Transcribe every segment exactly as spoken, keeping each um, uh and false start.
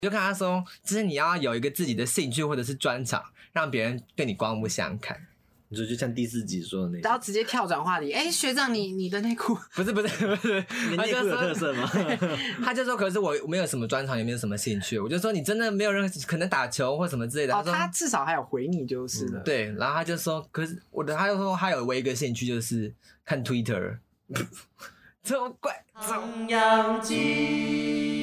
就跟他说，就是你要有一个自己的兴趣或者是专长，让别人对你刮目相看。 你说就像第四集说的那种， 然后直接跳转话题，哎、欸，学长你你的内裤不是不是不是， 你内裤有特色吗？ 他就说，可是我没有什么专长，也没有什么兴趣。我就说你真的没有任何可能打球或什么之类的。 哦， 他, 他至少还有回你就是了、 嗯。对，然后他就说，可是我的他就说他有唯一一个兴趣就是看 Twitter， 超怪。 唐扬鸡。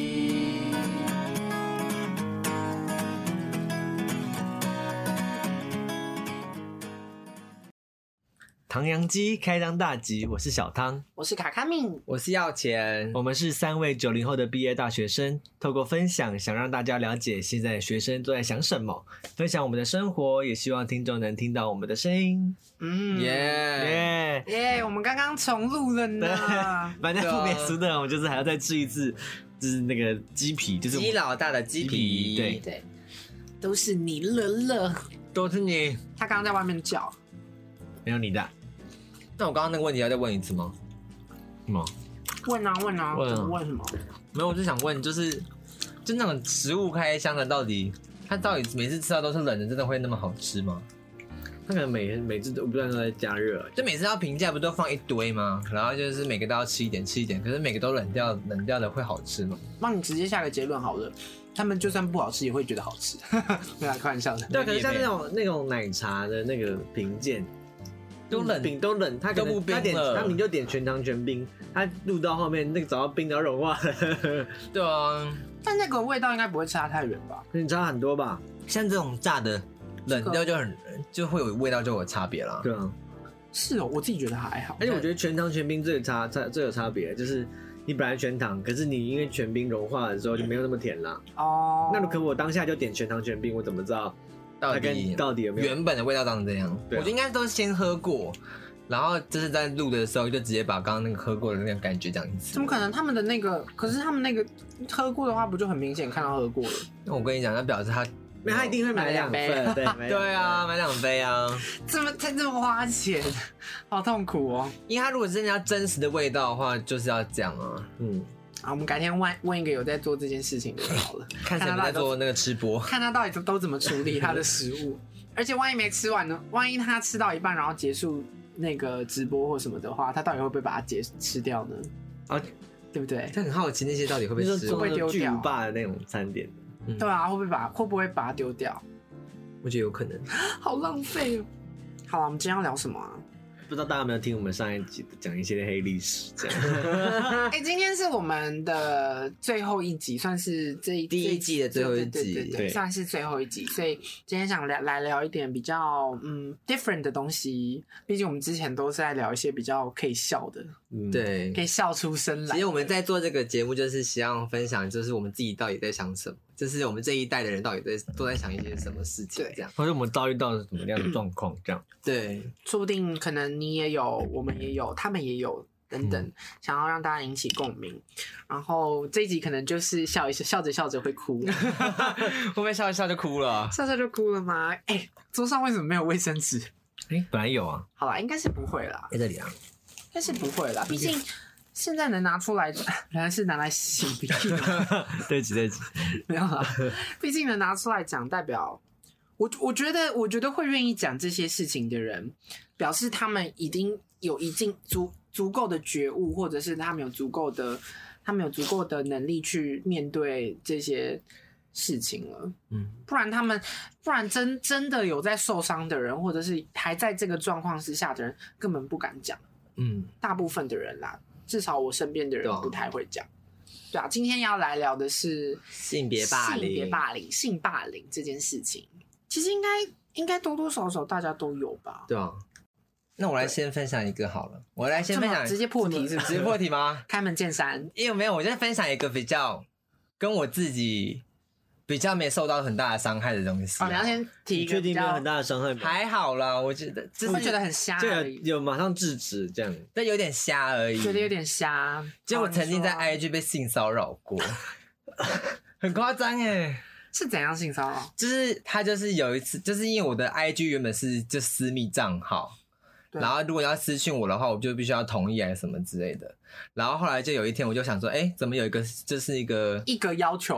唐扬鸡开张大吉，我是小汤， 我是卡卡米， 我是要钱， 我们是三位九零后的毕业大学生，透过分享，想让大家了解现在学生都在想什么，分享我们的生活，也希望听众能听到我们的声音。 嗯， 耶耶耶！我们刚刚重录了呢， 反正不免俗的，我们就是还要再吃一次，就是那个鸡皮，就是鸡老大的鸡皮， 对对，都是你乐乐， 都是你。 他刚刚在外面叫， 没有你的。 那我刚刚那个问题要再问一次吗？ 什么？ 问啊问啊， 问啊问什么？ 没有，我就想问，就是就那种食物开箱的，到底它到底每次吃到都是冷的，真的会那么好吃吗？ 它可能每每次都不断都在加热， 就每次要评价不都放一堆吗？然后就是每个都要吃一点吃一点，可是每个都冷掉，冷掉的会好吃吗？ 帮你直接下个结论好了，他们就算不好吃也会觉得好吃，没有开玩笑的。 对，可是像那种那种奶茶的那个评鉴。都冷冰都冷，他可能他点他明就点全糖全冰，他录到后面那个找到冰然后融化了。 对啊， 但那个味道应该不会差太远吧？ 你差很多吧？ 像这种炸的冷掉就很就会有味道就有差别了。 对啊， 是哦，我自己觉得还好。 而且我觉得全糖全冰这个差差这有差别，就是你本来全糖，可是你因为全冰融化的时候就没有那么甜啦。 哦， 那如果我当下就点全糖全冰，我怎么知道？ 到底到底有没有原本的味道长这样？我觉得应该都是先喝过，然后就是在录的时候就直接把刚刚那个喝过的那个感觉讲一次。 怎么可能？他们的那个，可是他们那个喝过的话，不就很明显看到喝过了？ 那我跟你讲，那表示他， 没他一定会买两份，对对啊，买两杯啊。 怎么才这么花钱？好痛苦哦！ 因为他如果真的要真实的味道的话，就是要这样啊。 嗯。 好，我们改天问问一个有在做这件事情的人好了， 看谁在做那个吃播， 看他到底都怎么处理他的食物，而且万一没吃完呢？万一他吃到一半然后结束那个直播或什么的话，他到底会不会把它结吃掉呢？ 啊， 对不对？ 就很好奇那些到底会不会吃， 会不会丢掉？ 巨无霸的那种餐点， 嗯、对啊，会不会把会不会把它丢掉？ 我觉得有可能， 好浪费哦。好了，我们今天要聊什么啊？ 不知道大家有没有听我们上一集讲一些黑历史这样？ 哎、欸，今天是我们的最后一集，算是这一第一季的最后一集， 对对 对, 对, 对，算是最后一集，所以今天想来来聊一点比较嗯 different 的东西。毕竟我们之前都是在聊一些比较可以笑的， 嗯，对， 可以笑出声来。 其实我们在做这个节目，就是希望分享，就是我们自己到底在想什么，就是我们这一代的人到底在都在想一些什么事情，这样， 或者我们遭遇到什么样的状况，这样。 对， 说不定可能你也有，我们也有，他们也有。等等、嗯，想要让大家引起共鸣，然后这一集可能就是笑一笑，笑着笑着会哭， 会不会笑一笑就哭了？ 笑笑就哭了吗？哎、欸，桌上为什么没有卫生纸？ 哎、欸，本来有啊。 好啦，应该是不会啦。 在这里啊， 应该是不会啦，毕竟现在能拿出来，原来是拿来擤鼻涕的。 对不起，对不起， 没有啦，毕竟能拿出来讲，代表我我觉得，我觉得会愿意讲这些事情的人，表示他们已经有一定足。足够的觉悟，或者是他们有足够的，他们有足够的能力去面对这些事情了。嗯，不然他们，不然真真的有在受伤的人，或者是还在这个状况之下的人，根本不敢讲。嗯，大部分的人啦，至少我身边的人不太会讲。对啊，今天要来聊的是性别霸凌、 性别霸凌、性霸凌这件事情，其实应该应该多多少少大家都有吧？ 对啊。那我来先分享一个好了，我来先分享， 直接破题是不是？ 直接破题吗？ 开门见山， 因为没有，我就分享一个比较跟我自己比较没受到很大的伤害的东西、啊。 哦，你要先提一个， 确定没有很大的伤害吗？ 还好啦，我觉得只是会觉得很瞎而已， 有马上制止这样， 但有点瞎而已， 觉得有点瞎。 结果我曾经在 I G 被性骚扰过，很夸张哎。 是怎样性骚扰？ 就是他就是有一次，就是因为我的 I G 原本是就私密账号。然后如果要私讯我的话，我就必须要同意还是什么之类的。然后后来就有一天，我就想说，哎，怎么有一个就是一个一个要求，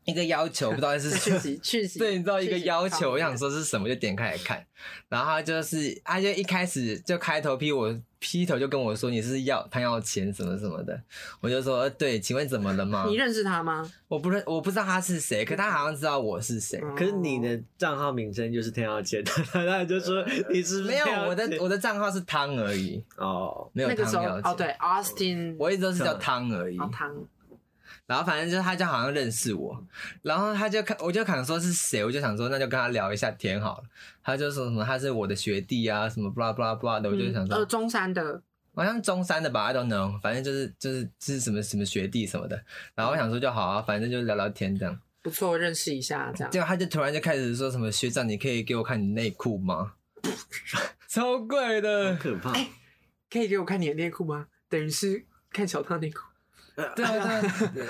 一个要求，不知道是去洗去洗， 对，你知道一个要求，我想说是什么，就点开来看，然后他就是他就一开始就开头批我劈头就跟我说你是要他要钱什么什么的，我就说、呃、对，请问怎么了吗？ 你认识他吗？ 我不认，我不知道他是谁，可他好像知道我是谁。 可是你的账号名称就是天要钱，他就说你是不是没有我的我的账号是汤而已哦， 没有汤要钱哦，对 ，Austin， 我一直都是叫汤而已。 哦汤。 然后反正就是他就好像认识我，然后他就看我就想说是谁，我就想说那就跟他聊一下天好了。他就说什么他是我的学弟啊，什么 blah blah blah 的，我就想说、 嗯、呃中山的， 好像中山的吧 ，I don't know， 反正就是就是是什么什么学弟什么的。然后我想说就好啊，反正就聊聊天这样， 不错，认识一下这样。 结果他就突然就开始说什么学长，你可以给我看你内裤吗？超怪的， 好可怕、 欸！可以给我看你的内裤吗？等于是看小汤内裤。 对啊对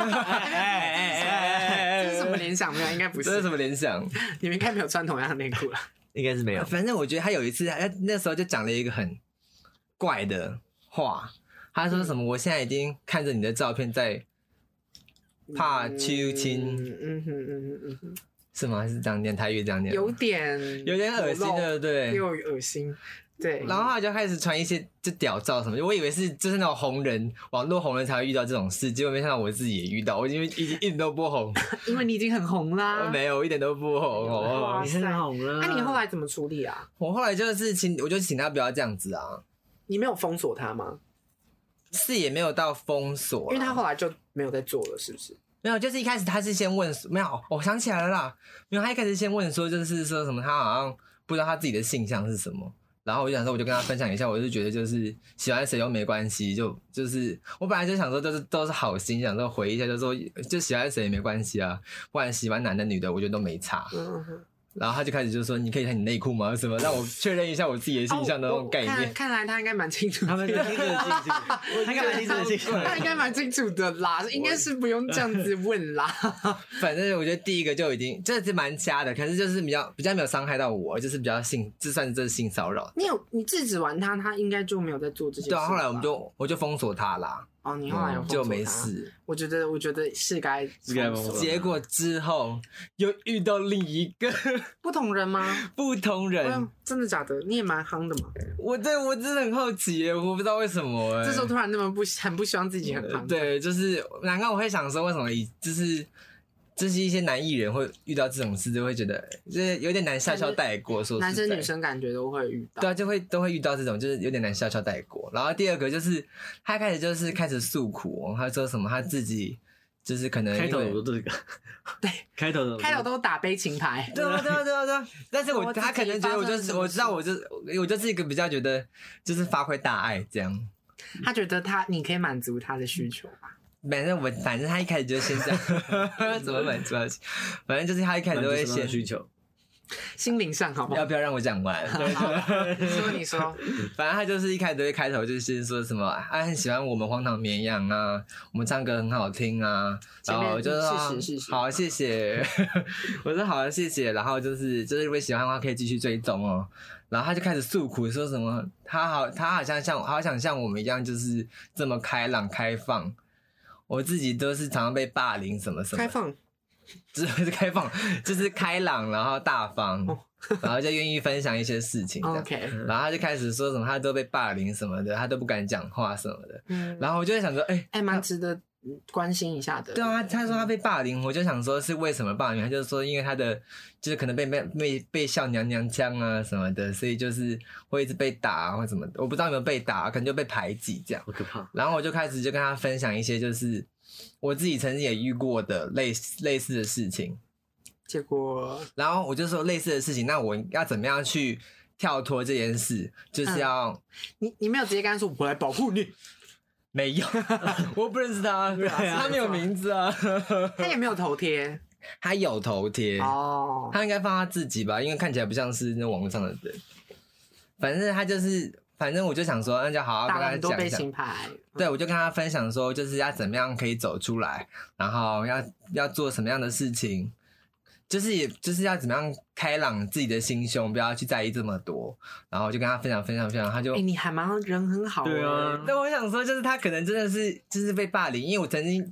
啊， 这是什么联想？没有，应该不是。 这是什么联想？ 你们应该没有穿同样的内裤了， 应该是没有。 反正我觉得他有一次，他那时候就讲了一个很怪的话，他说什么？我现在已经看着你的照片在怕秋亲， 嗯哼嗯哼嗯哼， 是吗？还是这样念台语这样念？ 有点有点恶心，对不对？ 又恶心。对， 然后他就开始传一些就屌照什么，我以为是就是那种红人，网络红人才会遇到这种事，结果没想到我自己也遇到，我因为一一点都不红， 因为你已经很红啦。 没有，一点都不红哦， 你很红了。 那、啊、你后来怎么处理啊？ 我后来就是请，我就请他不要这样子啊。 你没有封锁他吗？ 是也没有到封锁， 因为他后来就没有在做了，是不是？ 没有，就是一开始他是先问，没有，我想起来了啦，没有，他一开始先问说，就是说什么，他好像不知道他自己的性向是什么。然后我就想说，我就跟他分享一下，我就觉得就是喜欢谁都没关系，就就是我本来就想说，就是都是好心，想说回一下，就说就喜欢谁也没关系啊，不管喜欢男的女的，我觉得都没差。嗯哼。然后他就开始就说：“你可以看你内裤吗？什么让我确认一下我自己的性向的那种概念。哦” 看, 看来他应该蛮清楚的， 他们清楚的清楚，他应该蛮清楚的清楚， 他应该蛮清楚的啦，应该是不用这样子问啦。 反正我觉得第一个就已经这是蛮瞎的，可是就是比较比较没有伤害到我，就是比较性，这算是这是性骚扰。 你有你制止完他，他应该就没有在做这些事。 对啊，后来我们就我就封锁他啦。 哦，你后来有封锁他、 嗯、就没事。 我觉得，我觉得是该封锁。 结果之后又遇到另一个不同人吗？ 不同人， 哎、真的假的？你也蛮夯的嘛。 我对我真的很好奇耶，我不知道为什么哎。 这时候突然那么不很不希望自己很夯、呃。 对，就是难怪我会想说，为什么就是就是一些男艺人会遇到这种事，就会觉得就是有点难笑笑带过。说男生女生感觉都会遇到， 对啊，就会都会遇到这种，就是有点难笑笑带过。然后第二个就是他开始就是开始诉苦，他说什么他自己就是可能开头都这个， 对， 开头都开头都打悲情牌， 对啊对啊对啊对啊。但是我他可能觉得我就是我知道我就我就是一个比较觉得就是发挥大爱这样。 他觉得他你可以满足他的需求吧。 反正我反正他一开始就先这样，怎么满足？反正就是他一开始都会先需求， 心灵上好不好？ 要不要让我讲完？ 你说你说， 反正他就是一开始都会开头就是先说什么，他很喜欢我们荒唐绵羊啊，我们唱歌很好听啊，然后我就说好谢谢，我说好谢谢，然后就是就是如果喜欢的话可以继续追踪哦。然后他就开始诉苦，说什么他好他好像像好想像我们一样，就是这么开朗开放。我自己都是常常被霸凌什么什么， 开放， 就是开放，就是开朗，然后大方，哦、然后就愿意分享一些事情。 OK， 然后他就开始说什么他都被霸凌什么的，他都不敢讲话什么的。嗯，然后我就在想说，哎、欸， 还蛮值得关心一下的。 对啊，他说他被霸凌，我就想说是为什么霸凌？他就是说因为他的就是可能被被被被笑娘娘腔啊什么的，所以就是会一直被打啊或什么的。我不知道有没有被打，可能就被排挤这样。 好可怕。 然后我就开始就跟他分享一些就是我自己曾经也遇过的类似类似的事情。 结果， 然后我就说类似的事情，那我要怎么样去跳脱这件事？就是要、嗯、 你你没有直接跟他说我来保护你。 没有，我不认识他，他没有名字啊， 他也没有头贴， 他有头贴哦， 他应该放他自己吧，因为看起来不像是那网络上的人。反正他就是，反正我就想说，那就好好跟他讲一讲。打很多悲情牌， 对，我就跟他分享说，就是要怎么样可以走出来，然后要要做什么样的事情。就是也就是要怎么样开朗自己的心胸，不要去在意这么多，然后就跟他分享分享分享，他就哎、欸，你还蛮人很好。 对啊， 但我想说，就是他可能真的是就是被霸凌，因为我曾经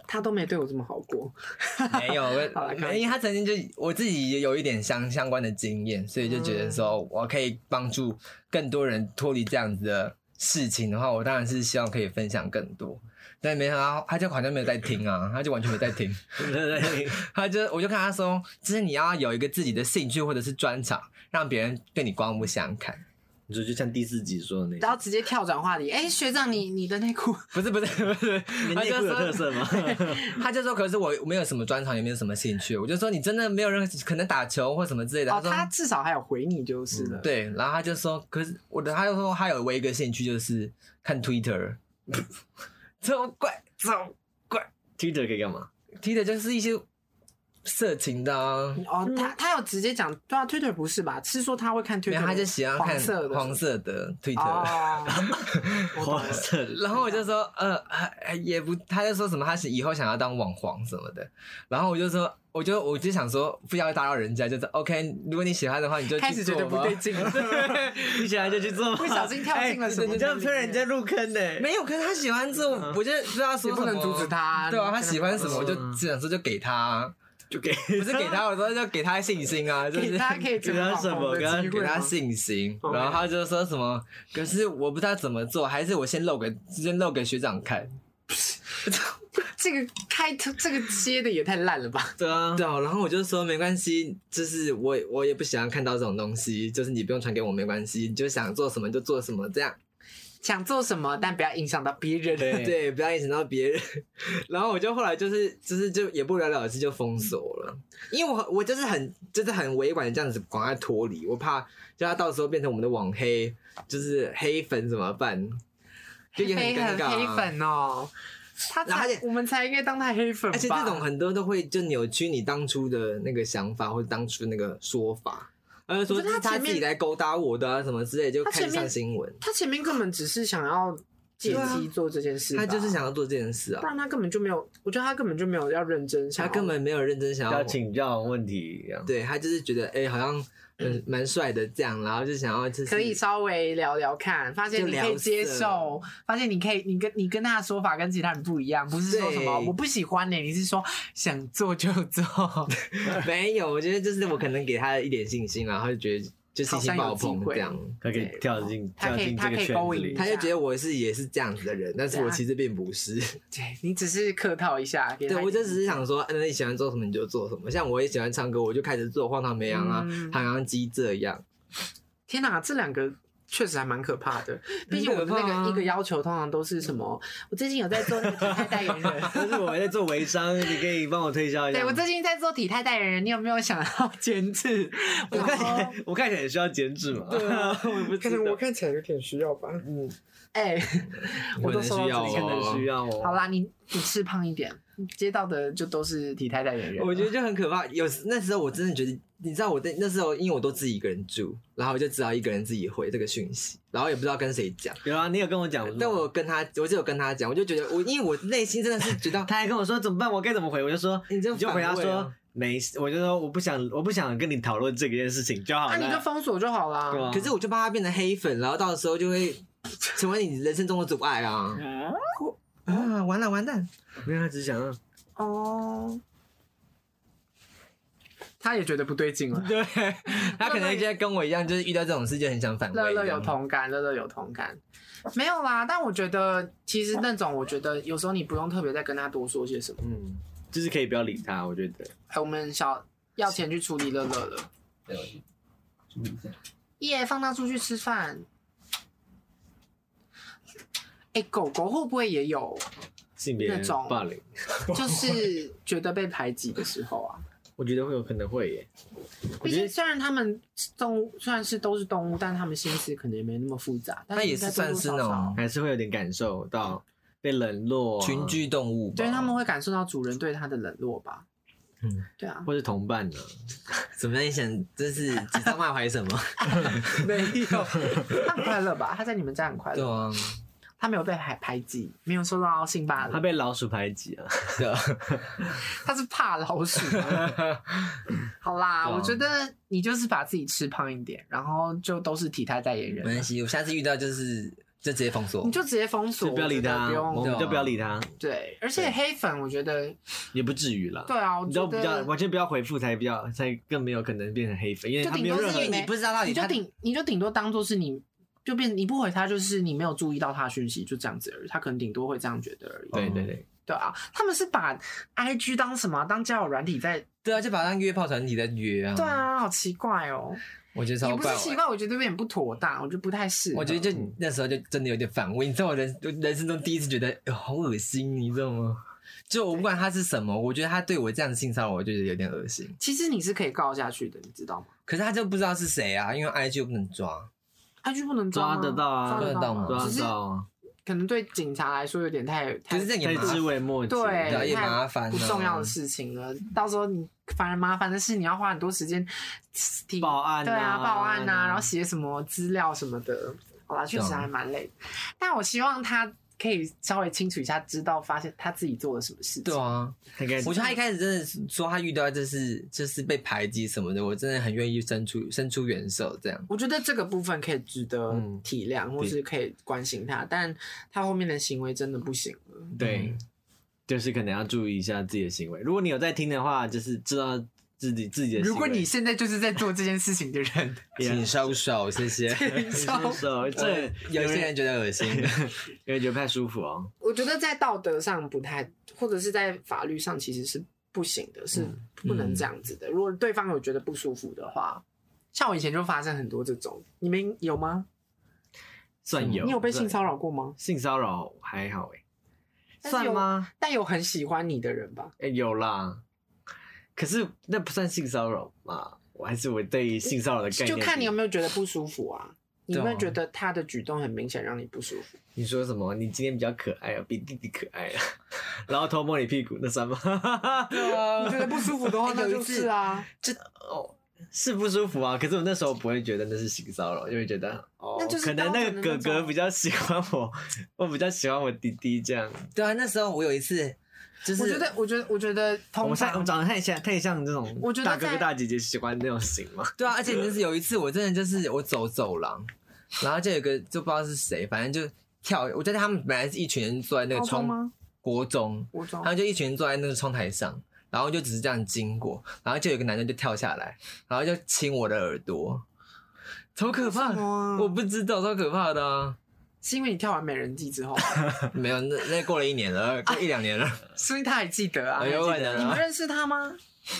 他都没对我这么好过。 没有，因为他曾经就我自己也有一点相相关的经验，所以就觉得说我可以帮助更多人脱离这样子的事情的话，我当然是希望可以分享更多。但没想到他就好像没有在听啊，他就完全没在听。他就我就跟他说，就是你要有一个自己的兴趣或者是专长，让别人对你刮目相看。 你说就像第四集说的那， 然后直接跳转话题，哎、欸，学长你你的内裤不是不是不是， 你内裤有特色吗？ 他就说，可是我没有什么专长，也没有什么兴趣。我就说你真的没有任何可能打球或什么之类的。 哦， 他, 他至少还有回你就是了、嗯。 对，然后他就说，可是我的他就说他有唯一一个兴趣就是看 Twitter， 超怪超怪。 Twitter 可以干嘛 ？Twitter 就是一些色情的啊。 哦，他他有直接讲，对啊 ，Twitter 不是吧？是说他会看 Twitter， 他就喜欢看黄色的黄色的 Twitter，、 哦、 黄色的。 然后我就说，呃，也不，他就说什么他是以后想要当网黄什么的。然后我就说，我就我就想说，不要打扰人家，就是 OK。如果你喜欢的话，你就去做吧。 开始觉得不对劲了， 你喜欢就去做， 不小心跳进了什么？ 你这样推人家入坑呢、欸？ 没有，可是他喜欢做，我就不知道说什么， 不能阻止他。 对啊，他喜欢什么，我就只想说就给他。 就给不是给他，我说就给他信心啊，就是给他可以给他什么， 给他给他信心，然后他就说什么，可是我不知道怎么做，还是我先露给先露给学长看。 这个开头这个接的也太烂了吧？ 对啊，对啊，然后我就说没关系，就是我我也不喜欢看到这种东西，就是你不用传给我没关系，你就想做什么就做什么这样。 想做什么，但不要影响到别人。 对对，不要影响到别人。然后我就后来就是就是就也不了了之就封锁了，因为我我就是很就是很委婉的这样子赶快脱离，我怕就他到时候变成我们的网黑，就是黑粉怎么办？就也很尴尬、啊。 黑粉哦，他才我们才应该当他黑粉吧。 而且这种很多都会就扭曲你当初的那个想法或者当初那个说法。他说是他自己来勾搭我的啊，什么之类，就看上新闻。 他前面根本只是想要借机做这件事、啊， 他就是想要做这件事啊， 不然他根本就没有，我觉得他根本就没有要认真想要， 他根本没有认真想要要请教问题一样。 对，他就是觉得哎、欸，好像嗯蛮帅的这样，然后就想要就是可以稍微聊聊看，发现你可以接受，发现你可以，你跟你跟他的说法跟其他人不一样，不是说什么我不喜欢你、欸，你是说想做就做。 没有，我觉得就是我可能给他一点信心，然后他就觉得。就信心爆棚这样， 他可以跳进跳进这个圈子里， 他就觉得我是也是这样子的人，但是我其实并不是。 对，你只是客套一下。 对，我就只是想说，那你喜欢做什么你就做什么。像我也喜欢唱歌，我就开始做荒唐绵羊啊、唐扬鸡这样。 天哪，这两个。确实还蛮可怕的，毕竟我们那个一个要求通常都是什么？我最近有在做那个体态代言人， 但是我在做微商，你可以帮我推销一下。 对，我最近在做体态代言人，你有没有想要减脂？ 我看起来，我看起来也需要减脂嘛。 对啊，我可能我看起来有点需要吧。嗯，哎、欸，我都说到可能需要哦。 好啦，你你吃胖一点，接到的就都是体态代言人。 我觉得就很可怕。有那时候我真的觉得。你知道我在那时候，因为我都自己一个人住，然后我就只好一个人自己回这个讯息，然后也不知道跟谁讲。 有啊，你有跟我讲， 但我跟他，我就有跟他讲，我就觉得我，因为我内心真的是觉得， 他还跟我说怎么办，我该怎么回？我就说你就你就回他说没事，我就说我不想，我不想跟你讨论这件事情就好了。 那、啊、你就封锁就好了。 可是我就怕他变成黑粉，然后到时候就会成为你人生中的阻碍啊！啊，完了完蛋！ 没有，他只是想要哦。他也觉得不对劲了， 对，他可能现在跟我一样，就是遇到这种事就很想反胃。 乐乐有同感，乐乐有同感，没有啦。但我觉得，其实那种，我觉得有时候你不用特别再跟他多说些什么， 嗯，就是可以不要理他。我觉得， 哎，我们小要钱去处理乐乐了， 对，处理一下。 耶，放他出去吃饭。哎，狗狗会不会也有性别那种霸凌？ 就是觉得被排挤的时候啊。 我觉得会有可能会耶。 毕竟虽然他们动物虽然是都是动物，但他们心思可能也没那么复杂。 它也是算是那种， 还是会有点感受到被冷落、啊。 群居动物， 对，他们会感受到主人对它的冷落吧？嗯，对啊， 或是同伴呢？ 怎么样？你想，这是指桑骂槐什么？ 没有，他很快乐吧？他在你们家很快乐。 对啊。 他没有被排排挤，没有受到性霸凌。 他被老鼠排挤了， 对啊， 他是怕老鼠。好啦，我觉得你就是把自己吃胖一点，然后就都是体态代言人。 没关系，我下次遇到就是就直接封锁， 你就直接封锁， 就不要理他， 不用， 我们就不要理他。 对，而且黑粉我觉得也不至于啦。 对啊，我你都比较完全不要回复，才比较才更没有可能变成黑粉，因为他没有任何你不知道到底你就顶你就顶多当做是你就变你不回他，就是你没有注意到他的讯息，就这样子而已。他可能顶多会这样觉得而已。 对对对。 对啊，他们是把 I G 当什么？当交友软体在？ 对啊，就把它当约炮团体在约啊。 对啊，好奇怪哦。 我觉得超怪， 也不是奇怪，我觉得有点不妥当，我觉得不太适合。 我觉得就那时候就真的有点反胃，你知道我人人生中第一次觉得、呃、好恶心，你知道吗？就我不管他是什么，我觉得他对我这样的性骚扰，我就觉得有点恶心。 其实你是可以告下去的，你知道吗？ 可是他就不知道是谁啊，因为 I G 又不能抓 ，I G 不能抓抓得到啊， 抓得到吗？ 抓得到啊。 可能对警察来说有点太太可是这也太枝微末节， 对， 也麻烦、啊， 不重要的事情了。到时候你反而麻烦的是，你要花很多时间报案、啊， 对啊，报案啊，然后写什么资料什么的。好啦，确实还蛮累的。但我希望他可以稍微清楚一下，知道发现他自己做了什么事情。 对啊，我觉得他一开始真的说他遇到就是就是被排挤什么的，我真的很愿意伸出伸出援手这样。 我觉得这个部分可以值得体谅、嗯，或是可以关心他，但他后面的行为真的不行了。 对，就是可能要注意一下自己的行为。如果你有在听的话，就是知道自己自己的行为。 如果你现在就是在做这件事情的人， 请收手，谢谢。 请收手，这有些人觉得恶心， 有人觉得不太舒服哦。 我觉得在道德上不太，或者是在法律上其实是不行的，是不能这样子的。嗯、如果对方有觉得不舒服的话，像我以前就发生很多这种，你们有吗？ 算有。 你有被性骚扰过吗？ 性骚扰还好哎、欸，算吗？ 但有很喜欢你的人吧？ 哎、欸，有啦。可是那不算性骚扰嘛？我还是我对于性骚扰的概念， 就看你有没有觉得不舒服啊？你有没有觉得他的举动很明显让你不舒服？ 你说什么？你今天比较可爱啊，比弟弟可爱啊，然后偷摸你屁股，那算吗？ 对啊，你觉得不舒服的话，那就是啊， 这哦是不舒服啊。可是我那时候不会觉得那是性骚扰，因为觉得哦， 那就是可能那个哥哥比较喜欢我，我比较喜欢我弟弟这样。 对啊，那时候我有一次。就是、 我觉得，我觉得，我觉得， 通常我们长得太像，太像这种大哥哥大姐姐喜欢那种型嘛。 对啊，而且就是有一次，我真的就是我走走廊，然后就有一个就不知道是谁，反正就跳。我觉得他们本来是一群人坐在那个窗，国中， 国中， 他们就一群人坐在那个窗台上，然后就只是这样经过，然后就有一个男的就跳下来，然后就亲我的耳朵，超可怕！ 啊、 我不知道，超可怕的啊。 是因为你跳完美人计之后没有，那那过了一年了，过一两年了， 所以他还记得啊？ 有可能、啊。 你们认识他吗？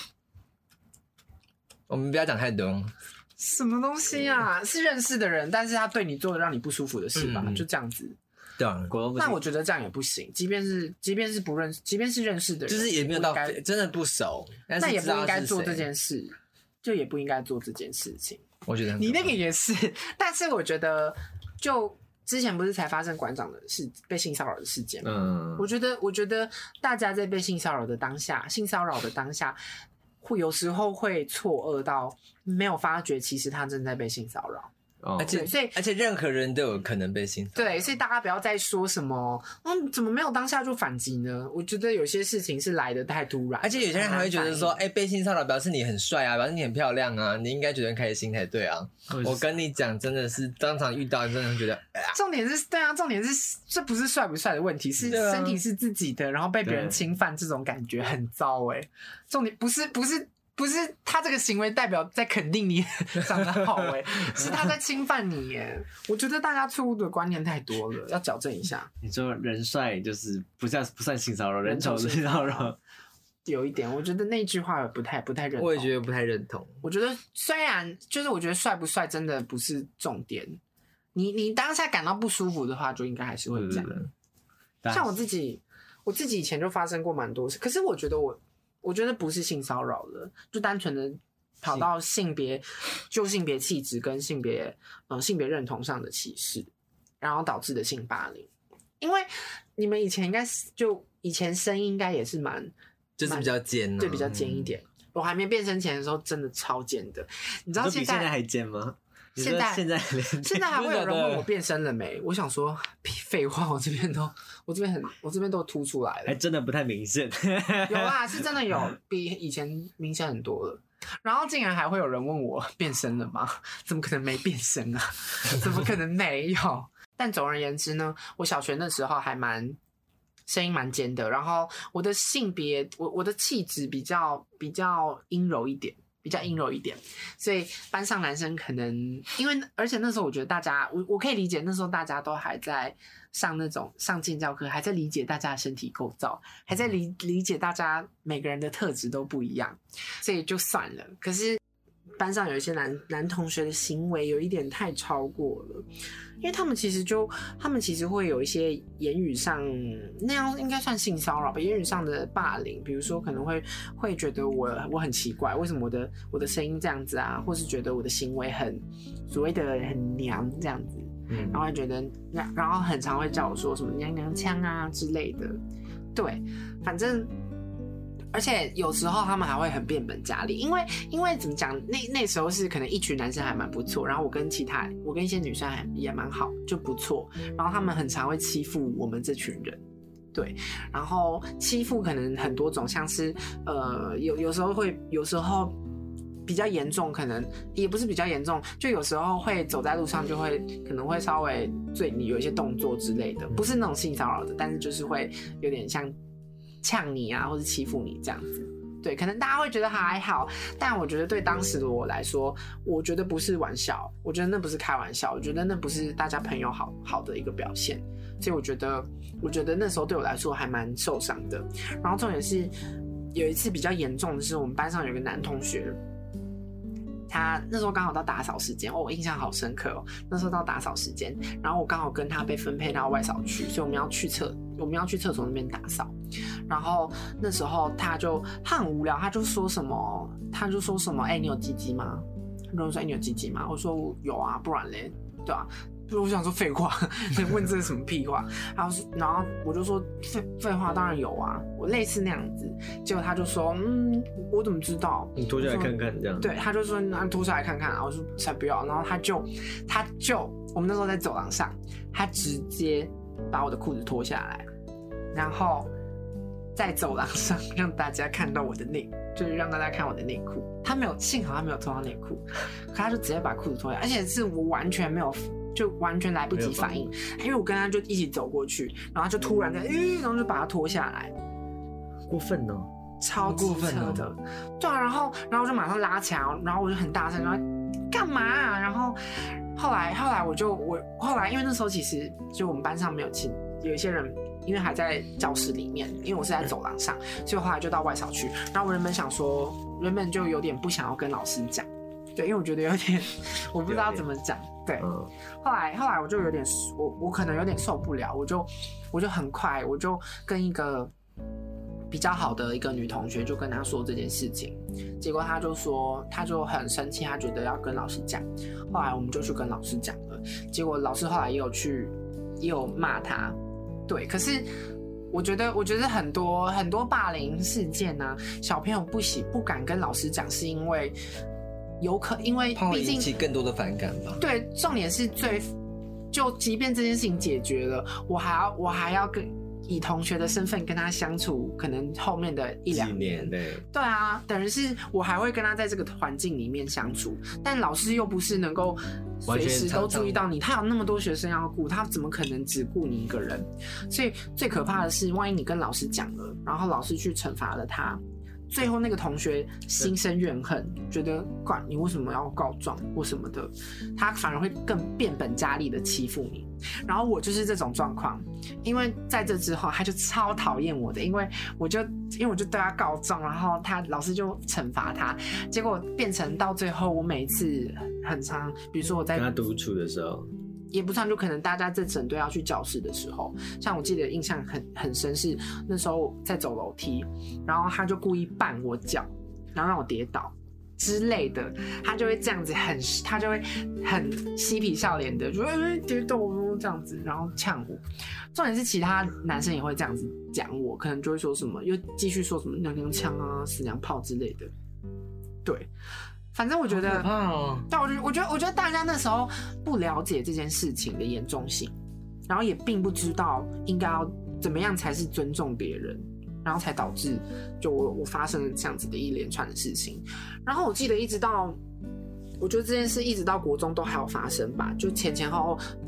我们不要讲太多。 什么东西啊？是认识的人，但是他对你做了让你不舒服的事吧？嗯、就这样子。 对啊， 那我觉得这样也不行。即便是即便是不认识，即便是认识的人， 就是也没有到真的不熟， 那也不应该做这件事，就也不应该做这件事情。 我觉得你那个也是，但是我觉得就。之前不是才发生馆长的事被性骚扰的事件吗？嗯，我觉得，我觉得大家在被性骚扰的当下，性骚扰的当下，会有时候会错愕到没有发觉，其实他正在被性骚扰。 哦，而且所以而且任何人都有可能被性骚扰。 对，所以大家不要再说什么，嗯，怎么没有当下就反击呢？我觉得有些事情是来得太突然， 而且有些人还会觉得说，哎、欸，被性骚扰表示你很帅啊，表示你很漂亮啊，你应该觉得很开心才对啊。我跟你讲，真的是当场遇到，真的觉得，哎、 重点是对啊，重点是这不是帅不帅的问题，是身体是自己的，然后被别人侵犯，这种感觉很糟哎、欸。重点不是不是。不是他这个行为代表在肯定你长得好哎、欸，是他在侵犯你耶、欸。我觉得大家错误的观念太多了，要矫正一下。 你说人帅就是不算不算性骚扰，人丑是性骚扰， 有一点，我觉得那句话不太不太认同。 我也觉得不太认同。 我觉得虽然就是我觉得帅不帅真的不是重点，你你当下感到不舒服的话，就应该还是会讲。像我自己，我自己以前就发生过蛮多事，可是我觉得我。我觉得不是性骚扰了，就单纯的跑到性别、就性别气质跟性别呃性别认同上的歧视，然后导致的性霸凌。因为你们以前应该就以前声音应该也是蛮就是比较尖、啊， 对，比较尖一点。嗯、我还没变身前的时候，真的超尖的。你知道现在比现在还尖吗？ 现在现在现在还会有人问我变身了没？我想说，废话，我这边都我这边很我这边都凸出来了， 还真的不太明显。 有啊，是真的有，比以前明显很多了。然后竟然还会有人问我变身了吗？怎么可能没变身啊？怎么可能没有？ 但总而言之呢，我小学那时候还蛮声音蛮尖的，然后我的性别，我我的气质比较比较阴柔一点。比较阴柔一点，所以班上男生可能因为，而且那时候我觉得大家，我我可以理解，那时候大家都还在上那种上健教课，还在理解大家的身体构造，还在理理解大家每个人的特质都不一样，所以就算了。可是班上有一些男男同学的行为有一点太超过了，因为他们其实就他们其实会有一些言语上那样应该算性骚扰吧，言语上的霸凌，比如说可能会会觉得我我很奇怪，为什么我的我的声音这样子啊，或是觉得我的行为很所谓的很娘这样子，嗯，然后会觉得然后很常会叫我说什么娘娘腔啊之类的，对，反正。而且有时候他们还会很变本加厉，因为因为怎么讲，那那时候是可能一群男生还蛮不错，然后我跟其他我跟一些女生还也蛮好，就不错。然后他们很常会欺负我们这群人，对，然后欺负可能很多种，像是呃有有时候会有时候比较严重，可能也不是比较严重，就有时候会走在路上就会可能会稍微对你有一些动作之类的，不是那种性骚扰的，但是就是会有点像。呛你啊，或是欺负你这样子，对，可能大家会觉得还好，但我觉得对当时的我来说，我觉得不是玩笑，我觉得那不是开玩笑，我觉得那不是大家朋友好好的一个表现，所以我觉得，我觉得那时候对我来说还蛮受伤的。然后重点是有一次比较严重的是，我们班上有一个男同学。他那时候刚好到打扫时间哦，我印象好深刻哦。那时候到打扫时间，然后我刚好跟他被分配到外扫区，所以我们要去厕，我们要去厕所那边打扫。然后那时候他就他很无聊，他就说什么，他就说什么，哎、欸，你有鸡鸡吗？他就说，哎、欸，你有鸡鸡吗？我说有啊，不然嘞，对啊。我想说废话，问这是什么屁话？然后，然后我就说废废话，当然有啊，我类似那样子。结果他就说，嗯，我怎么知道？ 你脱下来看看这样。 对，他就说那脱下来看看啊。我说才不要。然后他就，他就，我们那时候在走廊上，他直接把我的裤子脱下来，然后在走廊上让大家看到我的内，就是让大家看我的内裤。他没有，幸好他没有脱到内裤，可他就直接把裤子脱下来，而且是我完全没有。就完全来不及反应，因为我跟他就一起走过去，然后他就突然在，嗯，然后就把他拖下来， 过分哦， 超过分的，对啊，然后然后就马上拉起来，然后我就很大声，然后干嘛啊？然后后来后来我就我后来因为那时候其实就我们班上没有亲，有一些人因为还在教室里面，因为我是在走廊上，所以我后来就到外扫区，然后我原本想说，原本就有点不想要跟老师讲。对，因为我觉得有点，我不知道怎么讲。对，嗯、后来后来我就有点，我我可能有点受不了，我就我就很快，我就跟一个比较好的一个女同学就跟她说这件事情，结果她就说，她就很生气，她觉得要跟老师讲。后来我们就去跟老师讲了，结果老师后来也有去，也有骂她。对，可是。我觉得，我觉得很多很多霸凌事件呢、啊，小朋友不喜不敢跟老师讲，是因为有可，因为毕竟引起更多的反感吧。 对，重点是最，就即便这件事情解决了，我还要我还要跟以同学的身份跟他相处，可能后面的一两年， 对对啊，等于是我还会跟他在这个环境里面相处，但老师又不是能够随时都注意到你，他有那么多学生要顾，他怎么可能只顾你一个人？所以最可怕的是，万一你跟老师讲了，然后老师去惩罚了他，最后那个同学心生怨恨，觉得管你为什么要告状或什么的，他反而会更变本加厉的欺负你。然后我就是这种状况，因为在这之后他就超讨厌我的，因为我就因为我就对他告状，然后他老师就惩罚他，结果变成到最后我每一次很常，比如说我在跟他独处的时候。 也不算，就可能大家在整队要去教室的时候，像我记得印象很很深是那时候在走楼梯，然后他就故意绊我脚，然后让我跌倒之类的，他就会这样子很，他就会很嬉皮笑脸的，就哎跌倒了这样子，然后呛我。重点是其他男生也会这样子讲我，可能就会说什么，又继续说什么娘娘腔啊、死娘炮之类的，对。反正我觉得， 哦、 对，我觉得，我觉得，我觉得大家那时候不了解这件事情的严重性，然后也并不知道应该要怎么样才是尊重别人，然后才导致就我我发生了这样子的一连串的事情。然后我记得一直到，我觉得这件事一直到国中都还有发生吧，就前前后后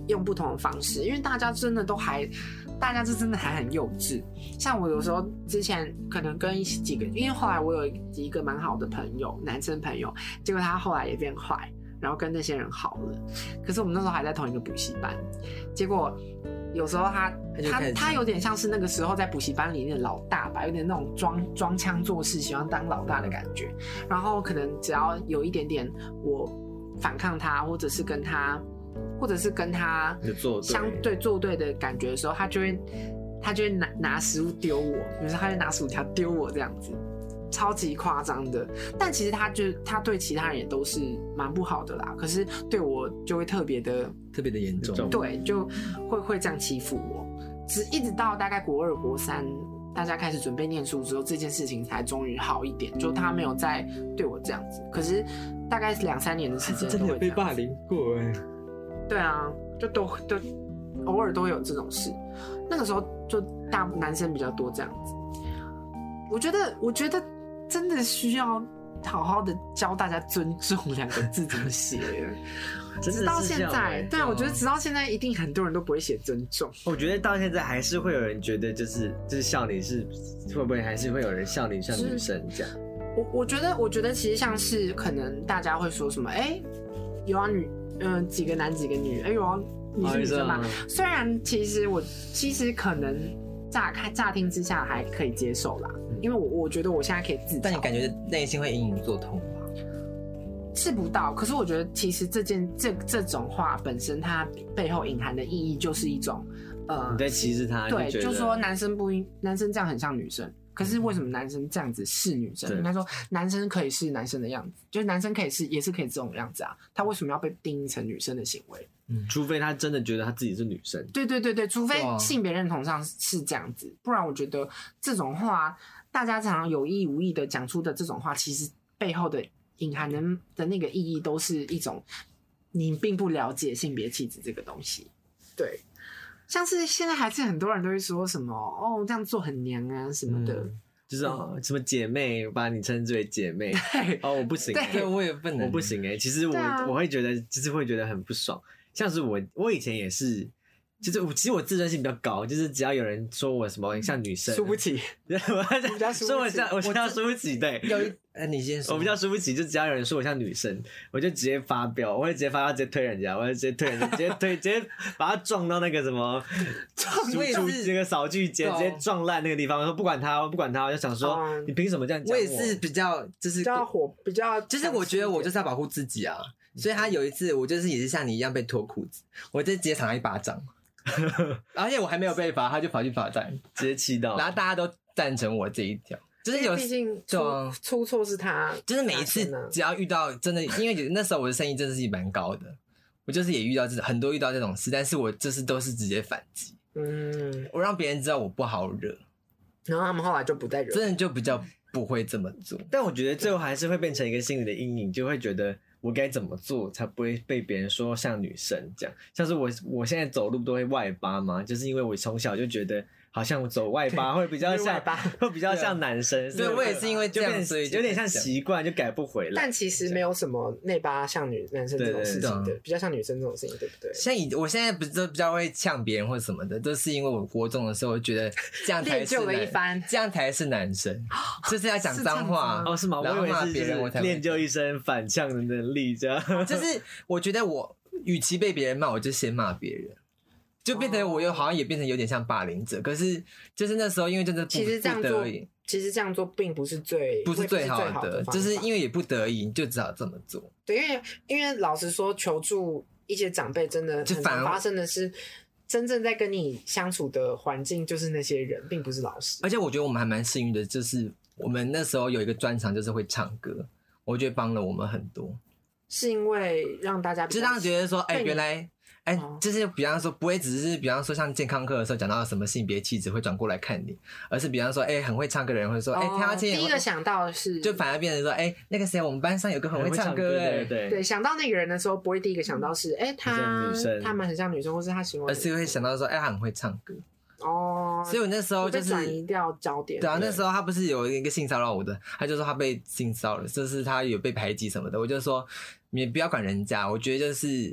用不同的方式，因为大家真的都还，大家是真的还很幼稚。像我有时候之前可能跟一几个，因为后来我有一个蛮好的朋友，男生朋友，结果他后来也变坏，然后跟那些人好了。可是我们那时候还在同一个补习班，结果有时候他他他有点像是那个时候在补习班里面的老大吧，有点那种装装腔作势，喜欢当老大的感觉。然后可能只要有一点点我反抗他，或者是跟他。或者是跟他相对作对的感觉的时候，他就会他就会拿拿食物丢我，比如说他就拿薯条丢我这样子，超级夸张的。但其实他就他对其他人也都是蛮不好的啦，可是对我就会特别的特别的严重， 对，就会会这样欺负我。只一直到大概国二国三，大家开始准备念书之后，这件事情才终于好一点，就他没有再对我这样子。可是大概两三年的时间， 真的被霸凌过哎。 对啊，就都都偶尔都会有这种事。那个时候就大男生比较多这样子。我觉得，我觉得真的需要好好的教大家尊重两个字怎么写。直到现在，对啊，我觉得直到现在一定很多人都不会写尊重。 我觉得到现在还是会有人觉得就是就是笑你是会不会还是会有人笑你像女生这样。 我我觉得我觉得其实像是可能大家会说什么，哎、欸，有啊女。嗯，几个男几个女，哎呦，你是女生吗？虽然其实我其实可能乍看乍听之下还可以接受啦，嗯、因为我我觉得我现在可以自嘲， 但你感觉内心会隐隐作痛吧？ 是不到，可是我觉得其实这件这这种话本身它背后隐含的意义就是一种呃， 你在歧视他， 对，就, 就说男生不应，男生这样很像女生。可是为什么男生这样子是女生？应该说男生可以是男生的样子，就是男生可以是也是可以这种样子啊。他为什么要被定义成女生的行为？ 嗯，除非他真的觉得他自己是女生。 对对对对，除非性别认同上是这样子，不然我觉得这种话，大家常常有意无意的讲出的这种话，其实背后的隐含的的那个意义，都是一种你并不了解性别气质这个东西。对。像是现在还是很多人都会说什么哦，这样做很娘啊什么的，嗯、 就是哦什么姐妹，把你称之为姐妹，哦我不行， 对我也不能， 我不行哎、欸。其实我、啊、我会觉得，就是会觉得很不爽。像是我我以前也是，就是我其实我自尊心比较高，就是只要有人说我什么像女生， 输不起， 我比较输不起，说我像我像输不起，对， 有一呃你先说， 我比较输不起，就只要有人说我像女生，我就直接发飙，我会直接发飙，直接推人家，我会直接推人家，直接推，直接把他撞到那个什么输出这个扫具间，直接撞烂那个地方。我说不管他，不管他，我就想说、嗯、你凭什么这样讲我？ 我也是比较就是比较火，比较就是我觉得我就是要保护自己啊，所以他有一次我就是也是像你一样被脱裤子，我就直接赏他一巴掌。而且我还没有被罚，他就跑去罚站， 直接气到。 然后大家都赞成我这一条，就是有， 毕竟出出错是他， 就是每一次只要遇到真的，因为那时候我的声音真的是蛮高的，我就是也遇到这很多遇到这种事，但是我就是都是直接反击，嗯，我让别人知道我不好惹， 然后他们后来就不再惹， 真的就比较不会这么做。 但我觉得最后还是会变成一个心理的阴影，就会觉得。我该怎么做才不会被别人说像女生这样？像是我，我现在走路都会外八嘛，就是因为我从小就觉得好像我走外八会比较像，会比较像男生。 对，我也是因为这样，所以有点像习惯，就改不回来。 但其实没有什么内八像女男生这种事情的，比较像女生这种事情，对不对？ 像以我现在不是都比较会呛别人或什么的，都是因为我国中的时候觉得这样才是了一番， 这样才是男生，就是要讲脏话哦，是吗？我以为是别人，我才练就一身反呛的能力，这样。 就是我觉得我与其被别人骂，我就先骂别人，就变成我又好像也变成有点像霸凌者。可是就是那时候因为真的其实这样做，其实这样做并不是最不是最好 的, 好的就是因为也不得已就只好这么做。 对，因为因为老实说，求助一些长辈真的很常发生的是。真正在跟你相处的环境就是那些人，并不是老师。 而且我觉得我们还蛮幸运的，就是我们那时候有一个专长，就是会唱歌，我觉得帮了我们很多。 是因为让大家比较就让觉得说，哎、欸，原来，哎、欸，就是比方说，不会只是比方说像健康课的时候讲到什么性别气质会转过来看你，而是比方说，哎、欸，很会唱歌的人会说，哎、欸，跳街。 第一个想到的是， 就反而变成说，哎、欸，那个谁，我们班上有个很会唱歌，哎， 对对对，想到那个人的时候，不会第一个想到是，哎、欸，他他们很像女生，或是他喜欢， 而是会想到说，哎、欸，他很会唱歌。 哦， 所以我那时候就是转移掉焦点。 对啊，那时候他不是有一个性骚扰我的，他就说他被性骚扰，就是他有被排挤什么的。我就说你不要管人家，我觉得就是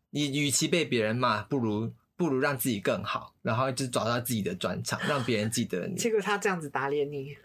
你与其被别人骂，不如不如让自己更好，然后就找到自己的专长，让别人记得你。 结果他这样子打脸你，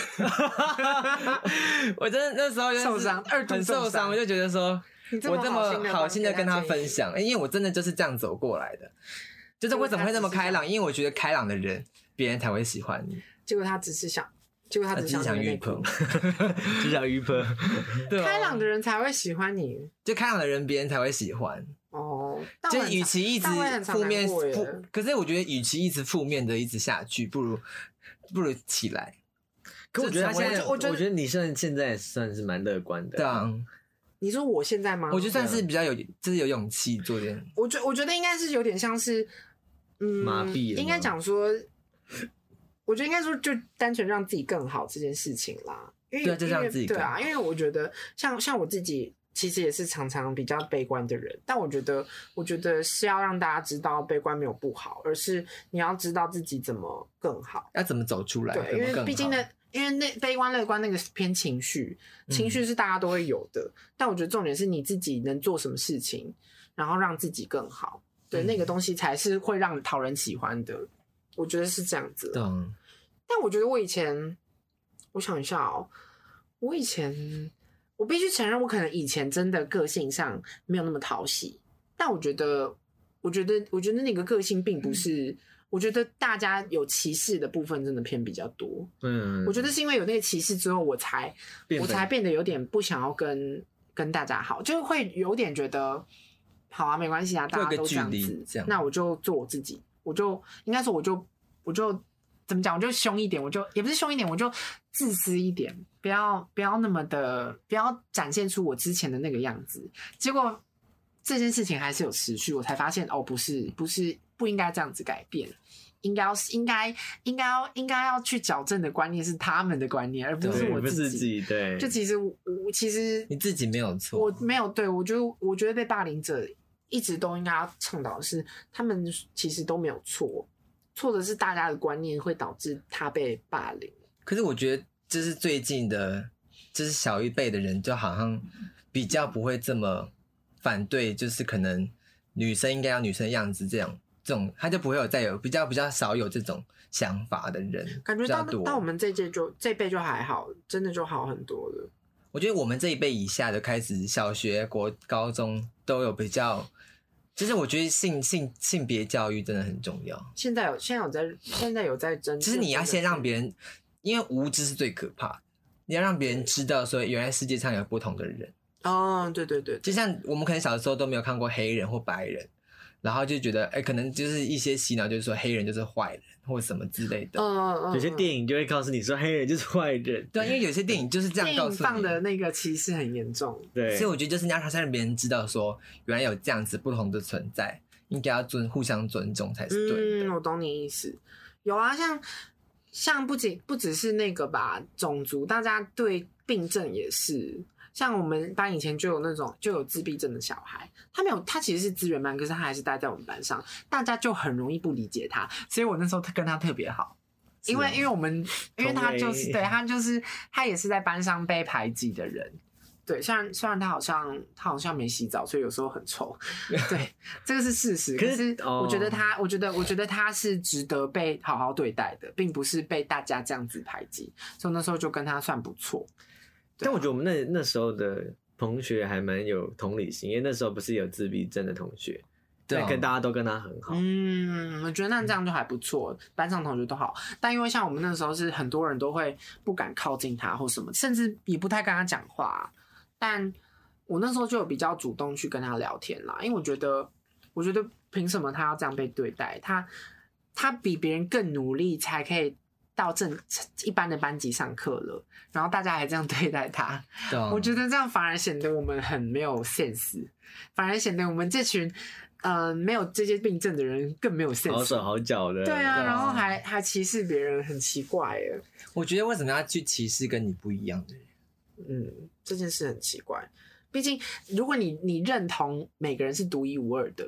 我真的那时候就是受伤，二度很受伤，我就觉得说， 你这我这么好心的跟他帮分享，因为我真的就是这样走过来的。就是为什么会那么开朗？因为我觉得开朗的人，别人才会喜欢你。 结果他只是想，结果他只是想约炮， 只想约炮。 对、 开朗的人才会喜欢你， 就开朗的人，别人才会喜欢。 哦， 就与其一直负面负，可是我觉得与其一直负面的一直下去，不如不如起来。 可我觉得他现在，我觉得我觉得你算现在算是蛮乐观的。 对啊。 你说我现在吗？ 我觉得算是比较有，就是有勇气做点。 我觉我觉得应该是有点像是，嗯， 麻痹了。 应该讲说，我觉得应该说就单纯让自己更好这件事情啦。因为对，就让自己对啊，因为我觉得像像我自己其实也是常常比较悲观的人，但我觉得我觉得是要让大家知道悲观没有不好，而是你要知道自己怎么更好， 要怎么走出来。 对，因为毕竟呢。因为那悲观乐观那个偏情绪，情绪是大家都会有的，嗯、但我觉得重点是你自己能做什么事情，然后让自己更好，对、嗯、那个东西才是会让讨人喜欢的，我觉得是这样子。 嗯， 但我觉得我以前，我想一下哦，我以前我必须承认，我可能以前真的个性上没有那么讨喜，但我觉得，我觉得，我觉得那个个性并不是。嗯我觉得大家有歧视的部分真的偏比较多，嗯，我觉得是因为有那个歧视之后，我才我才变得有点不想要跟跟大家好，就会有点觉得好啊，没关系啊，大家都这样子， 这样那我就做我自己，我就应该说我就我就怎么讲，我就凶一点，我就也不是凶一点，我就自私一点，不要不要那么的，不要展现出我之前的那个样子。结果这件事情还是有持续，我才发现哦，不是不是。不应该这样子改变，应该要应该应该要应该要去矫正的观念是他们的观念，而不是我自己。 对， 就其实我其实你自己没有错， 我没有对我觉得我觉得被霸凌者一直都应该要倡导的是，他们其实都没有错，错的是大家的观念会导致他被霸凌。 可是我觉得，就是最近的，就是小一辈的人，就好像比较不会这么反对，就是可能女生应该要女生的样子这样。这种他就不会有再有比较比较少有这种想法的人， 感觉到到我们这届就这辈就还好，真的就好很多了。 我觉得我们这一辈以下的开始，小学、国高中都有比较，其实我觉得性性性别教育真的很重要。 现在有现在有在现在有在争， 其实你要先让别人，因为无知是最可怕的，你要让别人知道说原来世界上有不同的人。 哦，对对 对, 对， 就像我们可能小的时候都没有看过黑人或白人。然后就觉得，哎、欸，可能就是一些洗脑，就是说黑人就是坏人或什么之类的。 嗯嗯。 有些电影就会告诉你说黑人就是坏人。 对，因为有些电影就是这样告诉你。 电影放的那个歧视很严重。 对。 所以我觉得就是你要让别人知道说，原来有这样子不同的存在，应该要尊互相尊重才是对的。 嗯，我懂你意思。有啊，像像不仅不只是那个吧，种族，大家对病症也是。像我们班以前就有那种就有自闭症的小孩，他没有，他其实是资源班，可是他还是待在我们班上，大家就很容易不理解他，所以我那时候跟他特别好，因为因为我们因为他就是对他就是他也是在班上被排挤的人，对，虽然虽然他好像他好像没洗澡，所以有时候很臭，对，这个是事实，可是我觉得他，我觉得我觉得他是值得被好好对待的，并不是被大家这样子排挤，所以那时候就跟他算不错。 但我觉得我们那那时候的同学还蛮有同理心，因为那时候不是有自闭症的同学，对，跟大家都跟他很好。 嗯，我觉得那这样就还不错，班上同学都好。但因为像我们那时候是很多人都会不敢靠近他或什么，甚至也不太跟他讲话。但我那时候就有比较主动去跟他聊天啦，因为我觉得，我觉得凭什么他要这样被对待？他他比别人更努力才可以到正一般的班级上课了，然后大家还这样对待他，我觉得这样反而显得我们很没有 sense， 反而显得我们这群呃没有这些病症的人更没有 sense， 好手好脚的， 对啊，然后还还歧视别人，很奇怪耶。 我觉得为什么要去歧视跟你不一样的人？ 嗯，这件事很奇怪。毕竟，如果你你认同每个人是独一无二的，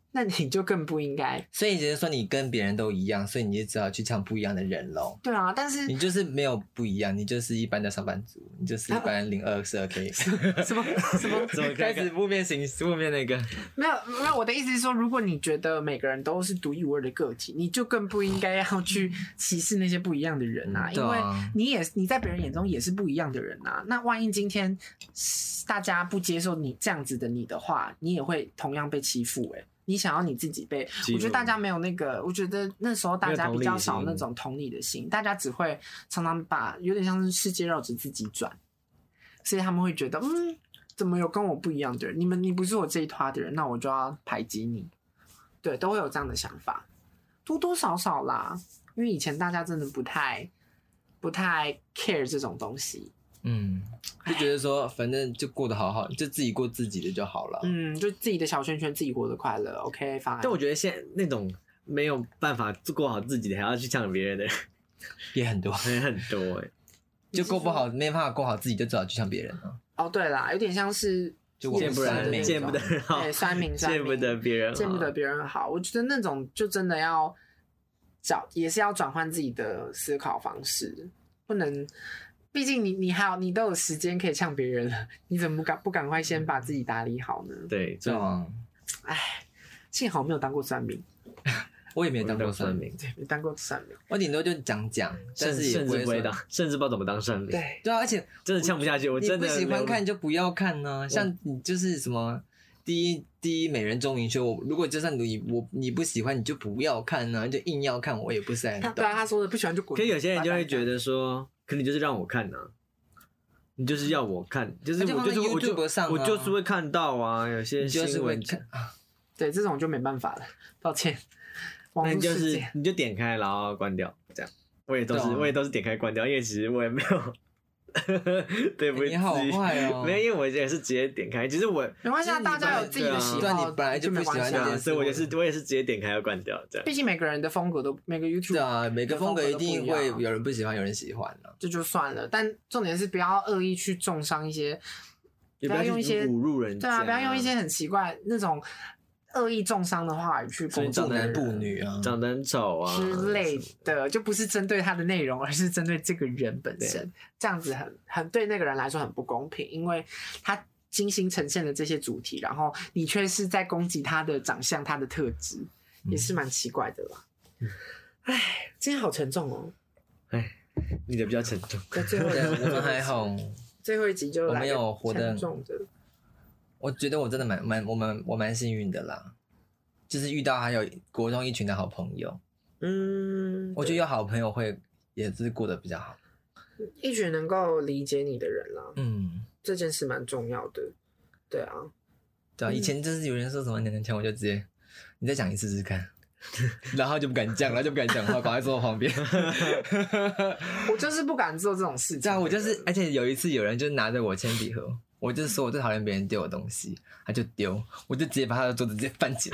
那你就更不应该。 所以就是说你跟别人都一样，所以你就只好去抢不一样的人咯。 对啊，但是你就是没有不一样，你就是一般的上班族，你就是一般零二十二 K。 什么什么怎么开始负面形负面那个？ 没有没有，我的意思是说，如果你觉得每个人都是独一无二的个体，你就更不应该要去歧视那些不一样的人啊， 嗯、 因为啊你也你在别人眼中也是不一样的人啊。那万一今天大家不接受你这样子的你的话，你也会同样被欺负哎、欸。你想要你自己被，我觉得大家没有那个，我觉得那时候大家比较少那种同理的心，大家只会常常把有点像是世界绕着自己转，所以他们会觉得，嗯，怎么有跟我不一样的人？你们你不是我这一团的人，那我就要排挤你。对，都会有这样的想法，多多少少啦，因为以前大家真的不太不太 care 这种东西。 嗯，就觉得说反正就过得好好，就自己过自己的就好了。 嗯，就自己的小圈圈，自己活得快乐 ，OK， fine。 但我觉得现在那种没有办法过好自己的，还要去抢别人的人， 也很多， 也很多哎、欸。 就过不好，没办法过好自己，就只好去抢别人了。 哦，对啦，有点像是就我见不得见不得人好， 对，酸民酸民， 见不得别人好， 见不得别人好。我觉得那种就真的要找，也是要转换自己的思考方式，不能。毕竟你你还有你都有时间可以呛别人了，你怎么不赶不赶快先把自己打理好呢？ 对， 这样。 哎，幸好没有当过酸民， 我也没有当过酸民， 对，没当过酸民。 我顶多就讲讲，但是也甚至不会当，甚至不知道怎么当酸民。 对对啊，而且真的呛不下去，我真的你不喜欢看就不要看呢、啊。像你就是什么第一第一美人钟明秀，如果就算你我你不喜欢，你就不要看呢、啊，就硬要看，我也不是很懂。 对啊，他说的不喜欢就滚。 可是有些人就会觉得说，可你就是让我看啊。你就是要我看，就是我就是我就我就是会看到啊，有些新闻看， 对这种就没办法了，抱歉。 那你就是你就点开然后关掉，这样我也都是我也都是点开关掉，因为其实我也没有。对不起， 你好坏哦！ 没有，因为我也是直接点开。其实我没关系，大家有自己的喜好， 你本来就不喜欢这件事， 所以我也是我也是直接点开要关掉这样。 毕竟每个人的风格都每个 YouTube 对啊，每个风格一定会有人不喜欢，有人喜欢的、啊， 这就算了。但重点是不要恶意去重伤一些， 不要用一些侮辱人， 对啊，不要用一些很奇怪那种。恶意重伤的话语去攻击男不女啊， 长得很丑啊之类的，就不是针对他的内容，而是针对这个人本身。这样子很很对那个人来说很不公平，因为他精心呈现了这些主题，然后你却是在攻击他的长相、他的特质，也是蛮奇怪的啦。哎、嗯，今天好沉重哦。 哎，你的比较沉重。 在最后我们还好， 最后一集就来我没有活得沉重的。 我觉得我真的蛮蛮我蛮我蛮幸运的啦，就是遇到还有国中一群的好朋友。 嗯， 我觉得有好朋友会也是过得比较好， 一群能够理解你的人啦。 嗯， 这件事蛮重要的。对啊， 对啊，以前就是有人说什么娘娘腔，我就直接你再讲一次试试看。然后就不敢讲，然后就不敢讲话，赶快坐我旁边。 我就是不敢做这种事情。 对啊，我就是，而且有一次有人就拿着我铅笔盒，我就是说我最讨厌别人丢我东西，他就丢，我就直接把他的桌子直接翻起来，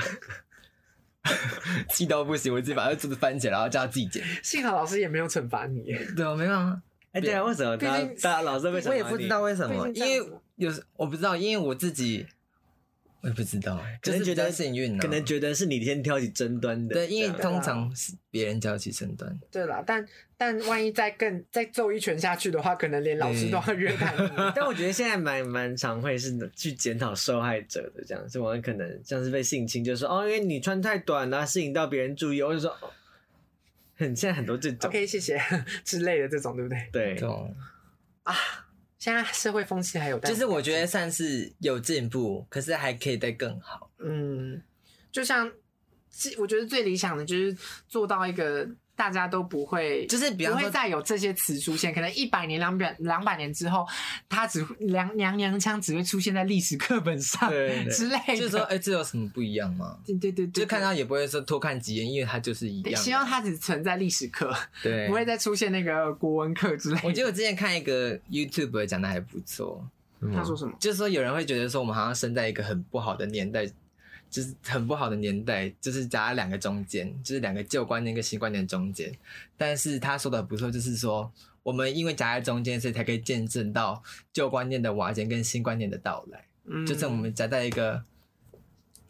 气到不行，我直接把他的桌子翻起来，然后叫他自己捡。 幸好老师也没有惩罚你。 对啊，没办法。 哎，对啊，为什么他大老师会惩罚你？ 我也不知道为什么，因为有时我不知道，因为我自己。我也不知道， 可能觉得幸运、啊， 可能觉得是你先挑起争端的。 对，因为通常是别人挑起争端。 对啦，但但万一再更再揍一拳下去的话，可能连老师都要约谈你。 但我觉得现在蛮蛮常会是去检讨受害者的，这样，所以我可能像是被性侵，就是说哦，因为你穿太短啦、啊，吸引到别人注意，我就说，哦、很现在很多这种 ，OK， 谢谢之类的这种，对不对？ 对， 这种啊。现在社会风气还有， 就是我觉得算是有进步，可是还可以再更好。 嗯，就像我觉得最理想的就是做到一个大家都不会， 就是比方说不会再有这些词出现。可能一百年、两百两百年之后，它只娘娘娘腔只会出现在历史课本上之类的。 就是说，哎、欸，这有什么不一样吗？ 对对 对, 对， 就看到也不会说多看几眼，因为它就是一样。 希望它只存在历史课， 对， 不会再出现那个国文课之类的。 我记得我之前看一个 YouTube 讲的还不错， 他说什么？ 就是说有人会觉得说我们好像生在一个很不好的年代。就是很不好的年代，就是夹在两个中间，就是两个旧观念跟新观念中间。但是他说的不错，就是说我们因为夹在中间，所以才可以见证到旧观念的瓦解跟新观念的到来。嗯，就是我们夹在一个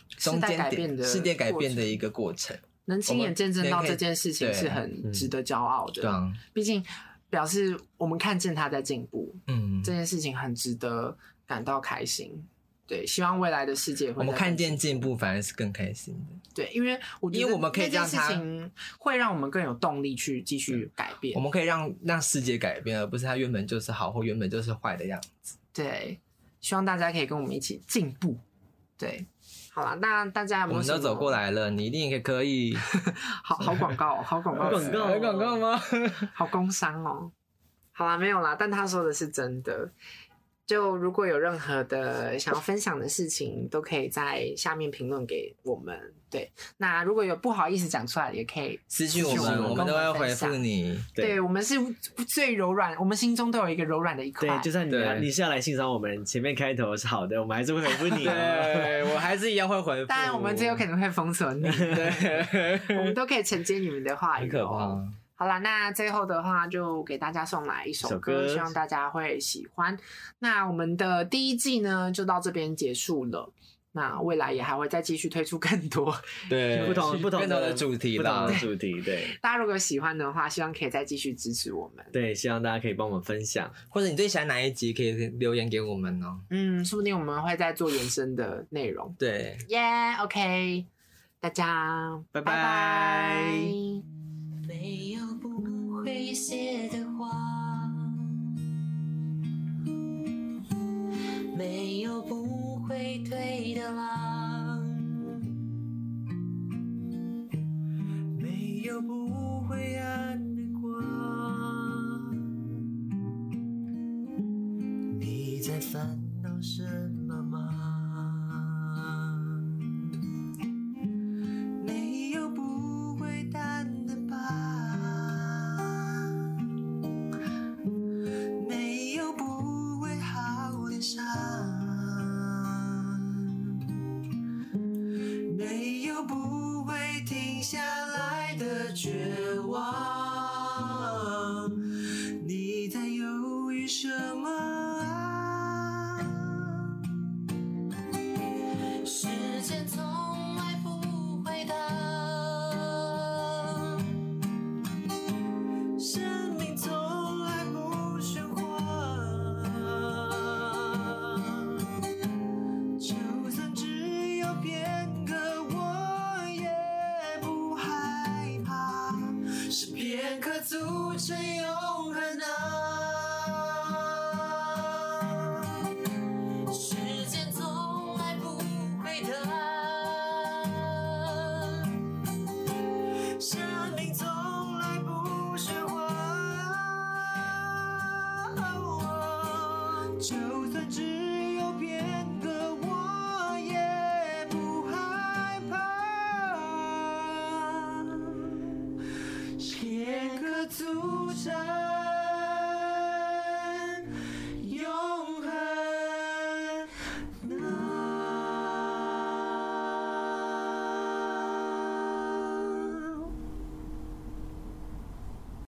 中间改变的点世界改变的一个过程， 能亲眼见证到这件事情是嗯很值得骄傲的。 对啊， 毕竟表示我们看见他在进步， 嗯， 这件事情很值得感到开心。对，希望未来的世界会我们看见进步，反而是更开心的。 对，因为我觉得因为我们可以让它那件事情会让我们更有动力去继续改变。 我们可以让让世界改变，而不是它原本就是好或原本就是坏的样子。 对，希望大家可以跟我们一起进步。对，好啦，那大家有没有什么？ 我们都走过来了，你一定也可以。 好好广告，好广告， 广告有广告吗？ 好工商哦。好啦，没有啦，但他说的是真的。就如果有任何的想要分享的事情，都可以在下面评论给我们。对，那如果有不好意思讲出来，也可以私讯我们，我们都会回复你。 对，对我们是最柔软，我们心中都有一个柔软的一块。 对，就算你要你是要来欣赏我们，前面开头是好的，我们还是会回复你、哦。 对，我还是一样会回复。 当然，我们最有可能会封锁你。对，我们都可以承接你们的话语、哦。 很可怕。 好啦，那最后的话就给大家送来一首歌， 首歌希望大家会喜欢。那我们的第一季呢，就到这边结束了。那未来也还会再继续推出更多对不同不同更多的主题不同啦的主题。对， 大家如果喜欢的话，希望可以再继续支持我们。 对，希望大家可以帮我们分享， 或者你最喜欢哪一集，可以留言给我们哦。 嗯，说不定我们会再做延伸的内容。 对， 耶、yeah, ，OK， 大家拜拜。 拜拜。 没有不会写的话，没有不会退的浪， 没有不会暗的光。你在烦恼什么吗？没有不会淡的疤，没有不会好的伤，没有不会停下来的绝